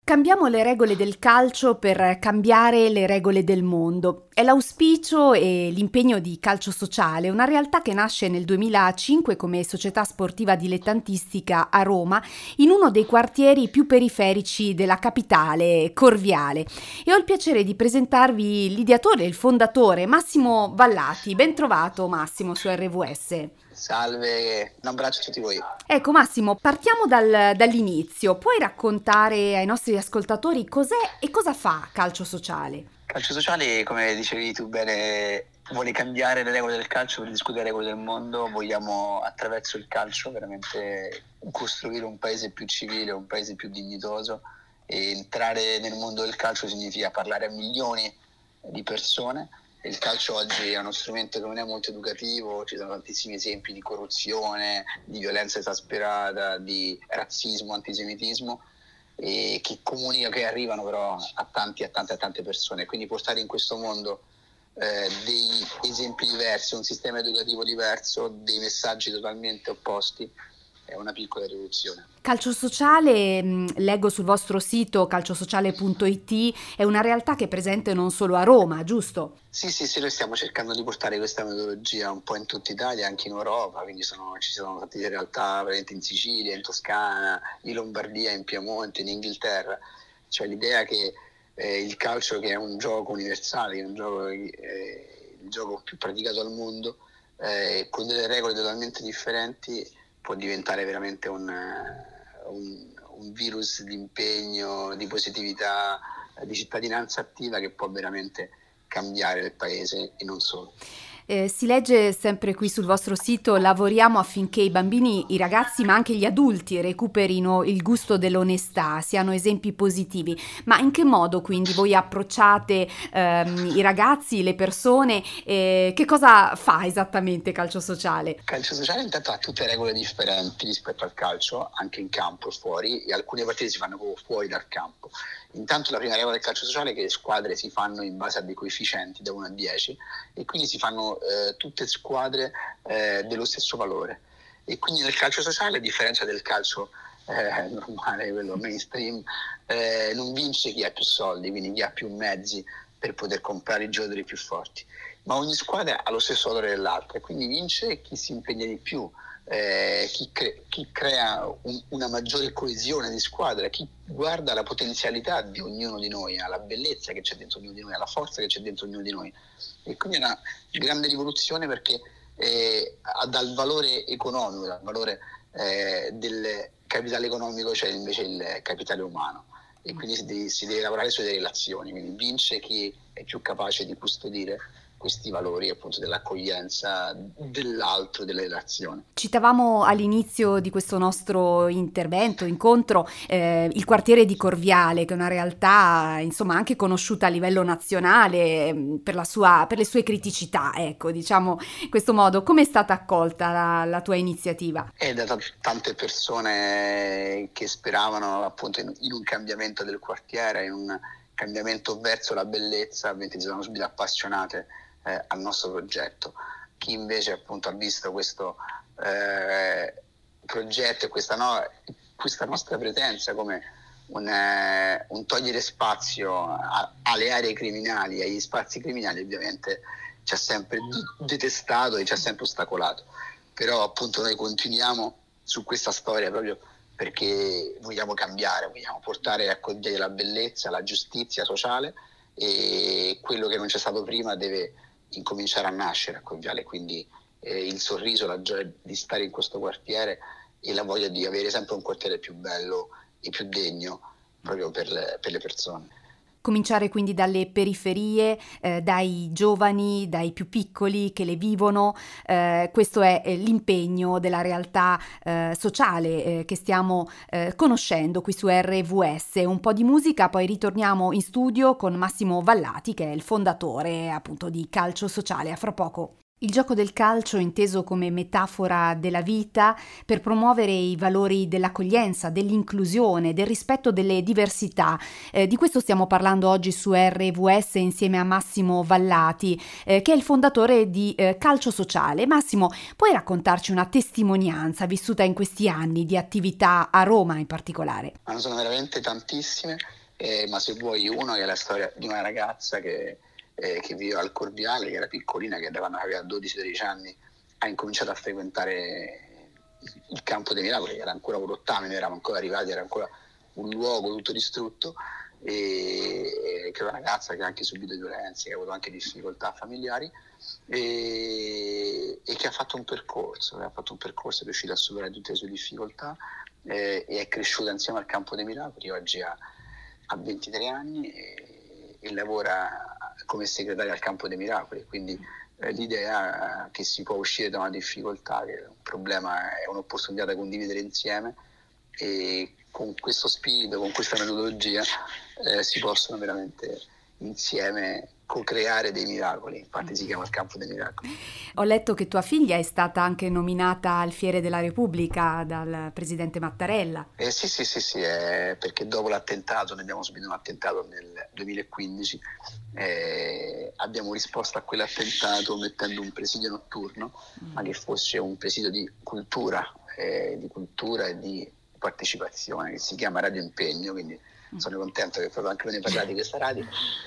Cambiamo le regole del calcio per cambiare le regole del mondo. È l'auspicio e l'impegno di Calcio Sociale, una realtà che nasce nel 2005 come società sportiva dilettantistica a Roma, in uno dei quartieri più periferici della capitale, Corviale. E ho il piacere di presentarvi l'ideatore e il fondatore, Massimo Vallati. Ben trovato, Massimo, su RVS. Salve, un abbraccio a tutti voi. Ecco Massimo, partiamo dall'inizio. Puoi raccontare ai nostri ascoltatori cos'è e cosa fa Calcio Sociale? Calcio Sociale, come dicevi tu bene, vuole cambiare le regole del calcio per discutere le regole del mondo. Vogliamo, attraverso il calcio, veramente costruire un paese più civile, un paese più dignitoso. E entrare nel mondo del calcio significa parlare a milioni di persone. Il calcio oggi è uno strumento che non è molto educativo, ci sono tantissimi esempi di corruzione, di violenza esasperata, di razzismo, antisemitismo, e che comunica, che arrivano però a tante persone. Quindi portare in questo mondo dei esempi diversi, un sistema educativo diverso, dei messaggi totalmente opposti, è una piccola rivoluzione. Calcio Sociale, leggo sul vostro sito calciosociale.it, è una realtà che è presente non solo a Roma, giusto? Sì, noi stiamo cercando di portare questa metodologia un po' in tutta Italia, anche in Europa, quindi ci sono tante realtà veramente in Sicilia, in Toscana, in Lombardia, in Piemonte, in Inghilterra. Cioè l'idea che il calcio, che è un gioco universale, che è il gioco più praticato al mondo, con delle regole totalmente differenti, può diventare veramente un virus di impegno, di positività, di cittadinanza attiva che può veramente cambiare il paese e non solo. Si legge sempre qui sul vostro sito: lavoriamo affinché i bambini, i ragazzi ma anche gli adulti recuperino il gusto dell'onestà, siano esempi positivi. Ma in che modo quindi voi approcciate i ragazzi, le persone? Che cosa fa esattamente Calcio Sociale? Calcio Sociale intanto ha tutte regole differenti rispetto al calcio, anche in campo e fuori, e alcune partite si fanno proprio fuori dal campo. Intanto la prima regola del calcio sociale è che le squadre si fanno in base a dei coefficienti da 1 a 10 e quindi si fanno tutte squadre dello stesso valore. E quindi nel calcio sociale, a differenza del calcio normale, quello mainstream, non vince chi ha più soldi, quindi chi ha più mezzi per poter comprare i giocatori più forti, ma ogni squadra ha lo stesso valore dell'altra e quindi vince chi si impegna di più, chi crea una maggiore coesione di squadra, chi guarda la potenzialità di ognuno di noi, alla bellezza che c'è dentro ognuno di noi, alla forza che c'è dentro ognuno di noi. E quindi è una grande rivoluzione perché dal valore economico, dal valore del capitale economico c'è invece il capitale umano, e quindi si deve lavorare sulle relazioni, quindi vince chi è più capace di custodire questi valori appunto dell'accoglienza dell'altro, delle relazioni. Citavamo all'inizio di questo nostro incontro, il quartiere di Corviale, che è una realtà insomma anche conosciuta a livello nazionale per le sue criticità, ecco, diciamo in questo modo. Come è stata accolta la tua iniziativa? È da tante persone che speravano appunto in un cambiamento del quartiere, in un cambiamento verso la bellezza, si sono subito appassionate al nostro progetto. Chi invece appunto ha visto questo progetto e questa nostra presenza come un togliere spazio alle aree criminali, agli spazi criminali, ovviamente ci ha sempre detestato e ci ha sempre ostacolato. Però appunto noi continuiamo su questa storia proprio perché vogliamo cambiare, vogliamo portare a Corviale la bellezza, la giustizia sociale, e quello che non c'è stato prima deve incominciare a nascere a Corviale, quindi il sorriso, la gioia di stare in questo quartiere e la voglia di avere sempre un quartiere più bello e più degno proprio per le persone. Cominciare quindi dalle periferie, dai giovani, dai più piccoli che le vivono, questo è l'impegno della realtà sociale che stiamo conoscendo qui su RVS. Un po' di musica, poi ritorniamo in studio con Massimo Vallati, che è il fondatore appunto di Calcio Sociale. A fra poco. Il gioco del calcio inteso come metafora della vita per promuovere i valori dell'accoglienza, dell'inclusione, del rispetto delle diversità. Di questo stiamo parlando oggi su RVS insieme a Massimo Vallati, che è il fondatore di Calcio Sociale. Massimo, puoi raccontarci una testimonianza vissuta in questi anni di attività a Roma in particolare? Sono veramente tantissime. ma se vuoi uno che è la storia di una ragazza che viveva al Corviale, che era piccolina, che da quando aveva 12-13 anni ha incominciato a frequentare il Campo dei Miracoli, che era ancora un rottame, noi eravamo ancora arrivati, era ancora un luogo tutto distrutto, e che è una ragazza che ha anche subito violenze, che ha avuto anche difficoltà familiari, e che ha fatto un percorso, è riuscita a superare tutte le sue difficoltà, e è cresciuta insieme al Campo dei Miracoli. Oggi ha 23 anni e lavora come segretaria al Campo dei Miracoli, quindi l'idea che si può uscire da una difficoltà, che è un problema, è un'opportunità da condividere insieme, e con questo spirito, con questa metodologia si possono veramente insieme co-creare dei miracoli. Infatti si chiama il Campo dei Miracoli. Ho letto che tua figlia è stata anche nominata alfiere della Repubblica dal presidente Mattarella. Sì, perché dopo l'attentato, ne abbiamo subito un attentato nel 2015, abbiamo risposto a quell'attentato mettendo un presidio notturno, ma che fosse un presidio di cultura e di partecipazione, che si chiama Radio Impegno, quindi sono contento che proprio anche voi ne parlate di questa radio.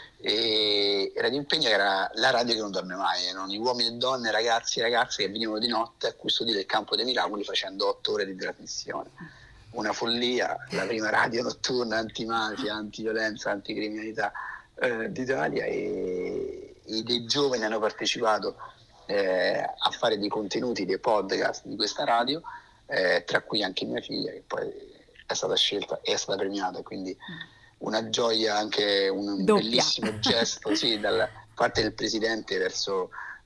E Radio Impegno era la radio che non dorme mai, erano gli uomini e donne, ragazzi e ragazze che venivano di notte a custodire il Campo dei Miracoli facendo 8 ore di trasmissione. Una follia, la prima radio notturna antimafia, antiviolenza, anticriminalità d'Italia, e dei giovani hanno partecipato a fare dei contenuti, dei podcast di questa radio, tra cui anche mia figlia, che poi è stata scelta e è stata premiata, quindi una gioia, anche un bellissimo gesto da parte del presidente verso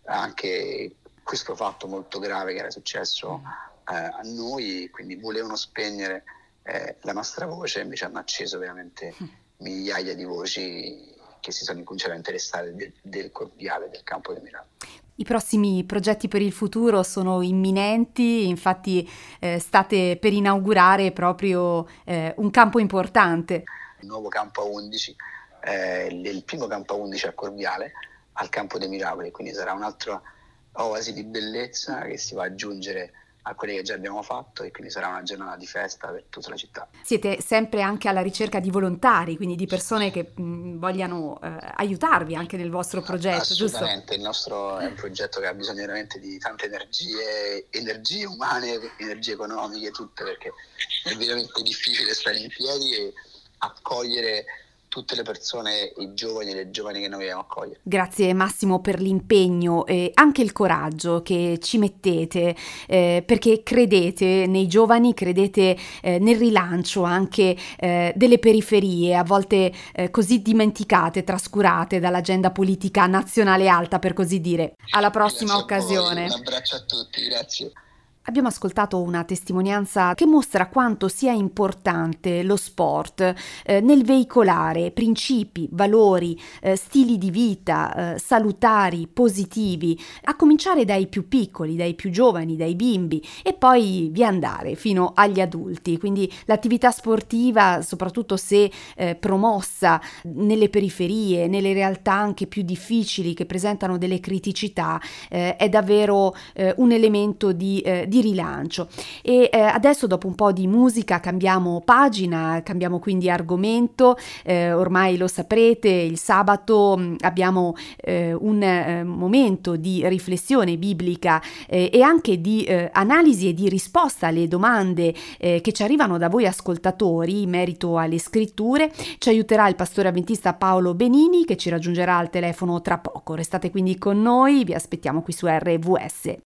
anche questo fatto molto grave che era successo a noi, quindi volevano spegnere la nostra voce, invece hanno acceso veramente migliaia di voci che si sono incominciate a interessare del Corviale, del Campo dei Miracoli. I prossimi progetti per il futuro sono imminenti, infatti state per inaugurare proprio un campo importante. Il nuovo campo A11, il primo campo A11 a Corviale, al Campo dei Miracoli, quindi sarà un'altra oasi di bellezza che si va ad aggiungere a quelle che già abbiamo fatto, e quindi sarà una giornata di festa per tutta la città. Siete sempre anche alla ricerca di volontari, quindi di persone che vogliano aiutarvi anche nel vostro progetto, Assolutamente, giusto? Il nostro è un progetto che ha bisogno veramente di tante energie umane, energie economiche, tutte, perché è veramente difficile stare in piedi e accogliere tutte le persone, i giovani e le giovani che noi vogliamo accogliere. Grazie Massimo per l'impegno e anche il coraggio che ci mettete, perché credete nei giovani, credete nel rilancio anche delle periferie, a volte così dimenticate, trascurate dall'agenda politica nazionale alta, per così dire. Alla prossima occasione. Un abbraccio a tutti, grazie. Abbiamo ascoltato una testimonianza che mostra quanto sia importante lo sport nel veicolare principi, valori, stili di vita salutari, positivi, a cominciare dai più piccoli, dai più giovani, dai bimbi, e poi via andare fino agli adulti. Quindi l'attività sportiva, soprattutto se promossa nelle periferie, nelle realtà anche più difficili che presentano delle criticità, è davvero un elemento di rilancio. E adesso, dopo un po' di musica, cambiamo pagina, cambiamo quindi argomento. Ormai lo saprete, il sabato abbiamo un momento di riflessione biblica e anche di analisi e di risposta alle domande che ci arrivano da voi ascoltatori in merito alle scritture. Ci aiuterà il pastore avventista Paolo Benini, che ci raggiungerà al telefono tra poco. Restate quindi con noi, vi aspettiamo qui su RVS.